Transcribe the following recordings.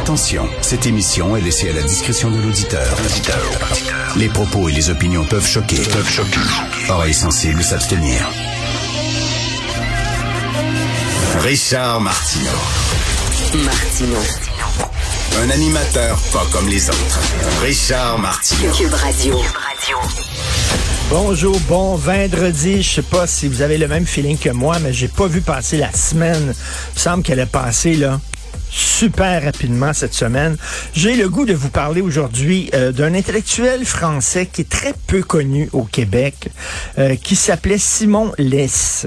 Attention, cette émission est laissée à la discrétion de l'auditeur. Les propos et les opinions peuvent choquer. Oreilles sensibles s'abstenir. Richard Martineau. Un animateur pas comme les autres. Richard Martineau. Cube Radio. Bonjour, bon vendredi. Je sais pas si vous avez le même feeling que moi, mais j'ai pas vu passer la semaine. Il me semble qu'elle est passée, là, super rapidement cette semaine. J'ai le goût de vous parler aujourd'hui d'un intellectuel français qui est très peu connu au Québec, qui s'appelait Simon Leys.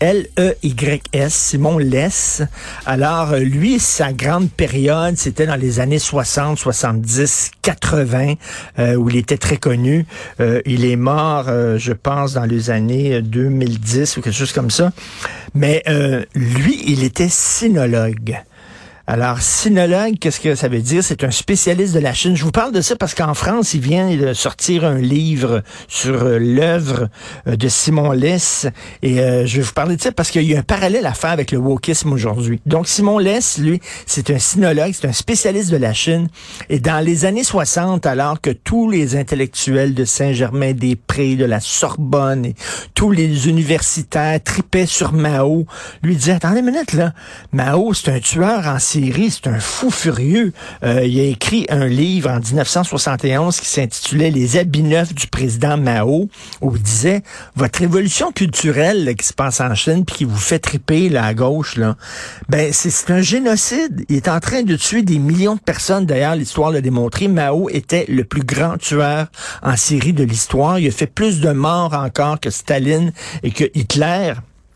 L-E-Y-S, Simon Leys. Alors, lui, sa grande période, c'était dans les années 60, 70, 80, où il était très connu. Il est mort, je pense, dans les années 2010 ou quelque chose comme ça. Mais lui, il était sinologue. Alors, sinologue, qu'est-ce que ça veut dire? C'est un spécialiste de la Chine. Je vous parle de ça parce qu'en France, il vient de sortir un livre sur l'œuvre de Simon Leys. Et je vais vous parler de ça parce qu'il y a un parallèle à faire avec le wokisme aujourd'hui. Donc, Simon Leys, lui, c'est un sinologue, c'est un spécialiste de la Chine. Et dans les années 60, alors que tous les intellectuels de Saint-Germain-des-Prés, de la Sorbonne, et tous les universitaires tripaient sur Mao, lui disait, attendez une minute, là, Mao, c'est un tueur en série, c'est un fou furieux. Il a écrit un livre en 1971 qui s'intitulait Les habits neufs du président Mao, où il disait, votre révolution culturelle là, qui se passe en Chine puis qui vous fait triper là, à gauche, là, ben c'est un génocide. Il est en train de tuer des millions de personnes. D'ailleurs, l'histoire l'a démontré. Mao était le plus grand tueur en série de l'histoire. Il a fait plus de morts encore que Staline et que Hitler.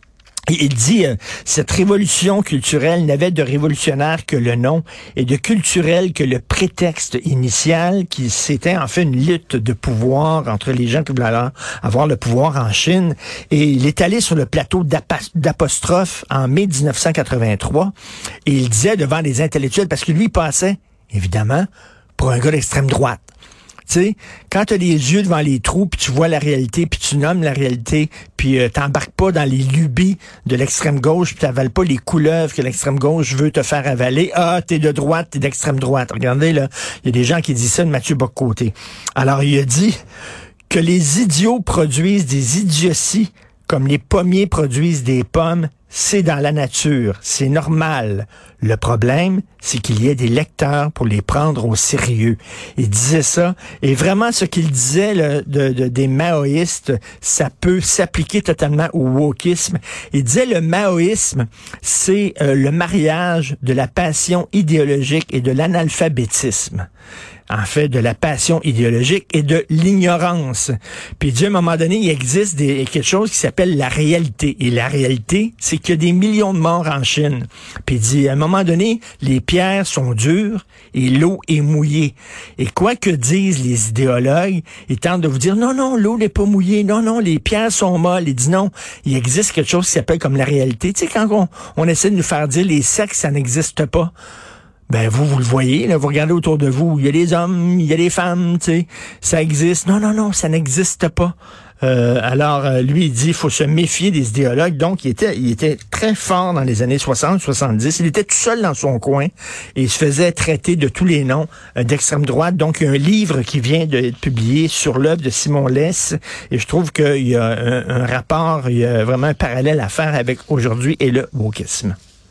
Il dit, cette révolution culturelle n'avait de révolutionnaire que le nom et de culturel que le prétexte initial, qui c'était en fait une lutte de pouvoir entre les gens qui voulaient avoir le pouvoir en Chine. Et il est allé sur le plateau d'Apostrophe en mai 1983 et il disait devant les intellectuels, parce que lui il passait, évidemment, pour un gars d'extrême droite. Tu sais, quand tu as les yeux devant les trous, puis tu vois la réalité, puis tu nommes la réalité, puis t'embarques pas dans les lubies de l'extrême gauche, puis t'avales pas les couleuvres que l'extrême gauche veut te faire avaler. Ah, t'es de droite, t'es d'extrême droite. Regardez, là, il y a des gens qui disent ça de Mathieu Bock-Côté. Alors, il a dit que les idiots produisent des idioties comme les pommiers produisent des pommes. C'est dans la nature, c'est normal. Le problème, c'est qu'il y ait des lecteurs pour les prendre au sérieux. Il disait ça, et vraiment ce qu'il disait là, des maoïstes, ça peut s'appliquer totalement au wokisme. Il disait le maoïsme, c'est le mariage de la passion idéologique et de l'analphabétisme. En fait, de la passion idéologique et de l'ignorance. Puis il dit, à un moment donné, il existe quelque chose qui s'appelle la réalité. Et la réalité, c'est qu'il y a des millions de morts en Chine. Puis il dit, à un moment donné, les pierres sont dures et l'eau est mouillée. Et quoi que disent les idéologues, ils tentent de vous dire, non, l'eau n'est pas mouillée. Non, les pierres sont molles. Il dit, non, il existe quelque chose qui s'appelle comme la réalité. Tu sais, quand on essaie de nous faire dire les sexes, ça n'existe pas. Ben vous le voyez, là, vous regardez autour de vous, il y a des hommes, il y a des femmes, tu sais, ça existe. Non, ça n'existe pas. Alors, lui, il dit, il faut se méfier des idéologues. Donc, il était très fort dans les années 60, 70. Il était tout seul dans son coin et il se faisait traiter de tous les noms d'extrême droite. Donc, il y a un livre qui vient d'être publié sur l'œuvre de Simon Leys et je trouve qu'il y a un rapport, il y a vraiment un parallèle à faire avec aujourd'hui et le wokisme.